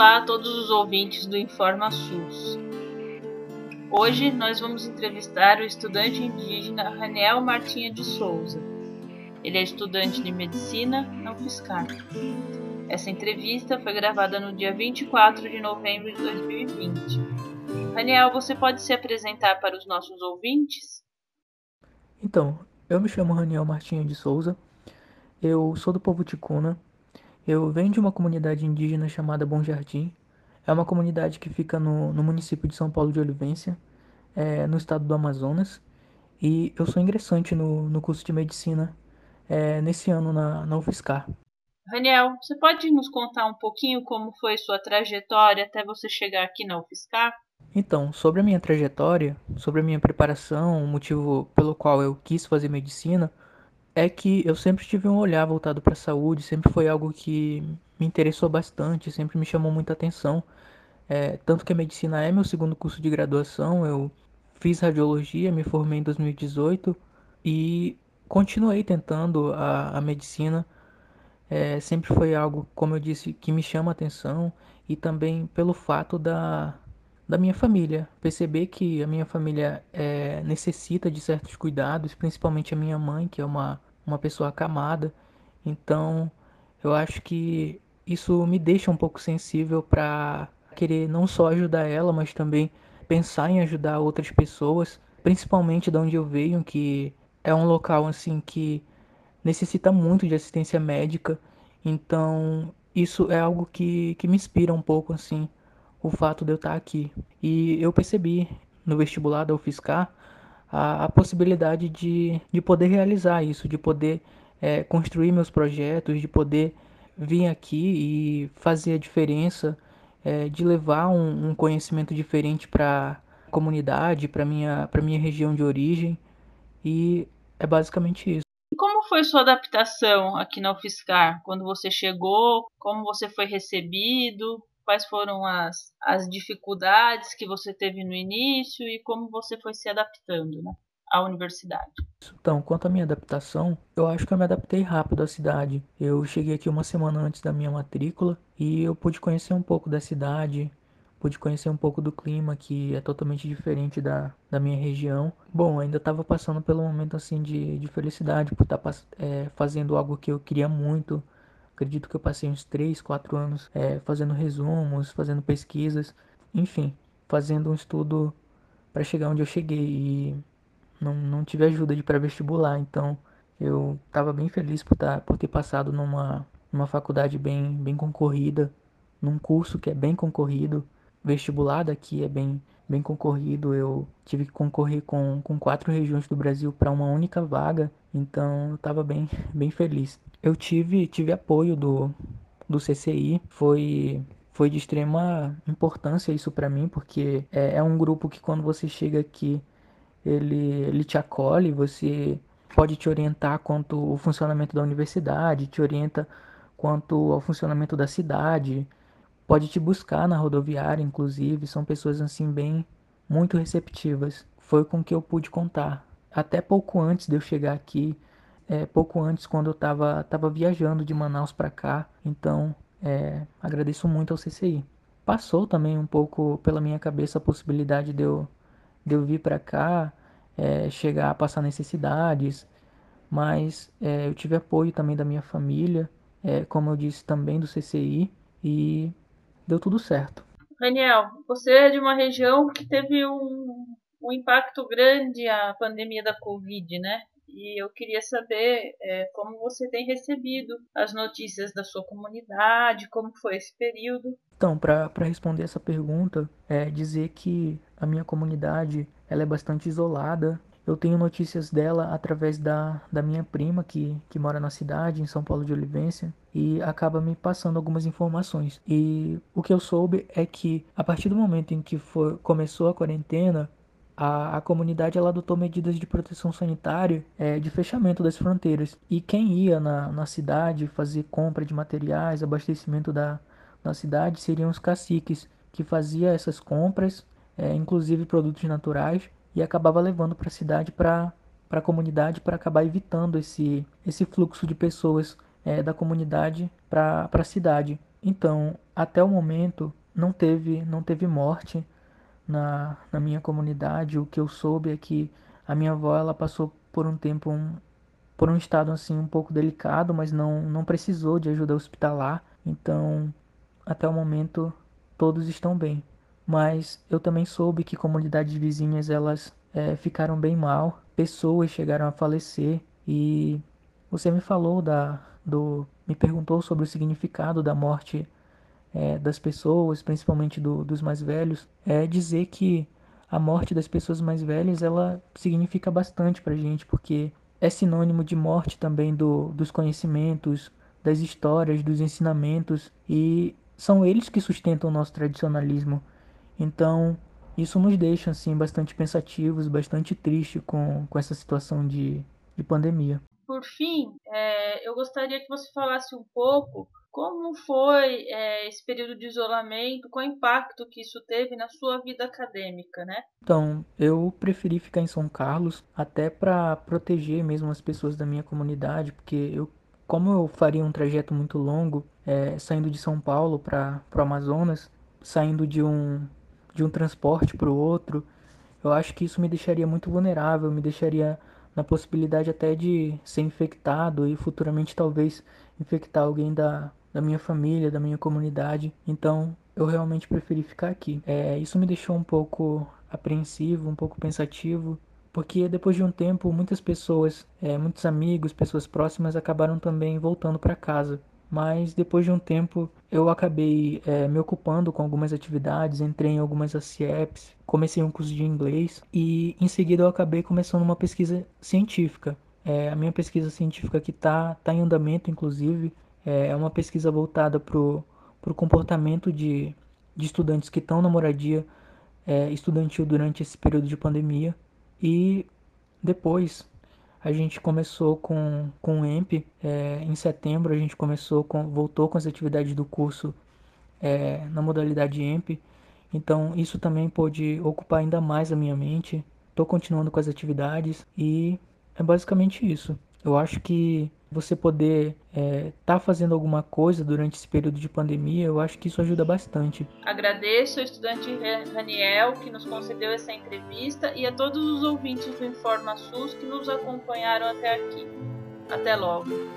Olá a todos os ouvintes do Informa SUS. Hoje nós vamos entrevistar o estudante indígena Raniel Martinha de Souza. Ele é estudante de medicina na UFSCar. Essa entrevista foi gravada no dia 24 de novembro de 2020. Raniel, você pode se apresentar para os nossos ouvintes? Então, eu me chamo Raniel Martinha de Souza, eu sou do povo Ticuna, eu venho de uma comunidade indígena chamada Bom Jardim. É uma comunidade que fica no município de São Paulo de Olivência, no estado do Amazonas, e eu sou ingressante no curso de medicina nesse ano na UFSCar. Raniel, você pode nos contar um pouquinho como foi sua trajetória até você chegar aqui na UFSCar? Então, sobre a minha trajetória, sobre a minha preparação, o motivo pelo qual eu quis fazer medicina, é que eu sempre tive um olhar voltado para a saúde, sempre foi algo que me interessou bastante, sempre me chamou muita atenção. Tanto que a medicina é meu segundo curso de graduação, eu fiz radiologia, me formei em 2018 e continuei tentando a medicina. Sempre foi algo, como eu disse, que me chama a atenção e também pelo fato da minha família. Perceber que a minha família necessita de certos cuidados, principalmente a minha mãe, que é uma pessoa acamada. Então, eu acho que isso me deixa um pouco sensível para querer não só ajudar ela, mas também pensar em ajudar outras pessoas, principalmente de onde eu venho, que é um local assim que necessita muito de assistência médica. Então, isso é algo que me inspira um pouco, assim, o fato de eu estar aqui. E eu percebi no vestibular da UFSCar a possibilidade de poder realizar isso, de poder construir meus projetos, de poder vir aqui e fazer a diferença, de levar um conhecimento diferente para a comunidade, para minha região de origem. E é basicamente isso. E como foi sua adaptação aqui na UFSCar? Quando você chegou, como você foi recebido? Quais foram as dificuldades que você teve no início e como você foi se adaptando, né, à universidade? Então, quanto à minha adaptação, eu acho que eu me adaptei rápido à cidade. Eu cheguei aqui uma semana antes da minha matrícula e eu pude conhecer um pouco da cidade, pude conhecer um pouco do clima, que é totalmente diferente da minha região. Bom, ainda estava passando pelo momento assim de felicidade por estar fazendo algo que eu queria muito. Acredito que eu passei uns 3, 4 anos fazendo resumos, fazendo pesquisas, enfim, fazendo um estudo para chegar onde eu cheguei. E não tive ajuda de pré-vestibular, então eu estava bem feliz por ter passado numa faculdade bem concorrida, num curso que é bem concorrido, vestibular daqui é bem concorrido. Eu tive que concorrer com 4 regiões do Brasil para uma única vaga, então eu estava bem feliz. Eu tive apoio do CCI, foi de extrema importância isso para mim, porque é um grupo que quando você chega aqui ele te acolhe, você pode te orientar quanto ao funcionamento da universidade, te orienta quanto ao funcionamento da cidade, pode te buscar na rodoviária, inclusive, são pessoas assim bem muito receptivas. Foi com que eu pude contar. Até pouco antes de eu chegar aqui, pouco antes quando eu tava viajando de Manaus para cá, então agradeço muito ao CCI. Passou também um pouco pela minha cabeça a possibilidade de eu vir para cá, chegar a passar necessidades, mas eu tive apoio também da minha família, como eu disse também do CCI, e deu tudo certo. Daniel, você é de uma região que teve um impacto grande a pandemia da Covid, né? E eu queria saber como você tem recebido as notícias da sua comunidade, como foi esse período. Então, para responder essa pergunta, dizer que a minha comunidade ela é bastante isolada. Eu tenho notícias dela através da minha prima que mora na cidade, em São Paulo de Olivência, e acaba me passando algumas informações. E o que eu soube é que a partir do momento em que começou a quarentena, a comunidade ela adotou medidas de proteção sanitária, de fechamento das fronteiras. E quem ia na cidade fazer compra de materiais, abastecimento da cidade seriam os caciques, que fazia essas compras, inclusive produtos naturais, e acabava levando para a cidade, para a comunidade, para acabar evitando esse fluxo de pessoas da comunidade para a cidade. Então, até o momento, não teve morte na minha comunidade. O que eu soube é que a minha avó ela passou por um tempo, por um estado assim um pouco delicado, mas não precisou de ajuda hospitalar. Então, até o momento, todos estão bem. Mas eu também soube que comunidades vizinhas elas ficaram bem mal, pessoas chegaram a falecer e você me falou me perguntou sobre o significado da morte das pessoas, principalmente dos mais velhos, é dizer que a morte das pessoas mais velhas ela significa bastante pra gente, porque é sinônimo de morte também dos conhecimentos, das histórias, dos ensinamentos, e são eles que sustentam o nosso tradicionalismo. Então, isso nos deixa assim bastante pensativos, bastante tristes com essa situação de pandemia. Por fim, eu gostaria que você falasse um pouco como foi esse período de isolamento, qual impacto que isso teve na sua vida acadêmica, né? Então, eu preferi ficar em São Carlos até para proteger mesmo as pessoas da minha comunidade, porque como eu faria um trajeto muito longo, saindo de São Paulo para o Amazonas, saindo de um transporte para o outro, eu acho que isso me deixaria muito vulnerável, me deixaria na possibilidade até de ser infectado e futuramente talvez infectar alguém da minha família, da minha comunidade. Então eu realmente preferi ficar aqui. Isso me deixou um pouco apreensivo, um pouco pensativo, porque depois de um tempo muitas pessoas, muitos amigos, pessoas próximas acabaram também voltando para casa. Mas depois de um tempo eu acabei me ocupando com algumas atividades, entrei em algumas ACIEPs, comecei um curso de inglês e em seguida eu acabei começando uma pesquisa científica. A minha pesquisa científica que tá em andamento, inclusive, é uma pesquisa voltada pro comportamento de estudantes que estão na moradia estudantil durante esse período de pandemia. E depois a gente começou com o EMP, em setembro a gente voltou com as atividades do curso na modalidade EMP, então isso também pôde ocupar ainda mais a minha mente. Estou continuando com as atividades e é basicamente isso. Eu acho que você poder tá fazendo alguma coisa durante esse período de pandemia, eu acho que isso ajuda bastante. Agradeço ao estudante Raniel que nos concedeu essa entrevista e a todos os ouvintes do Informa SUS que nos acompanharam até aqui. Até logo!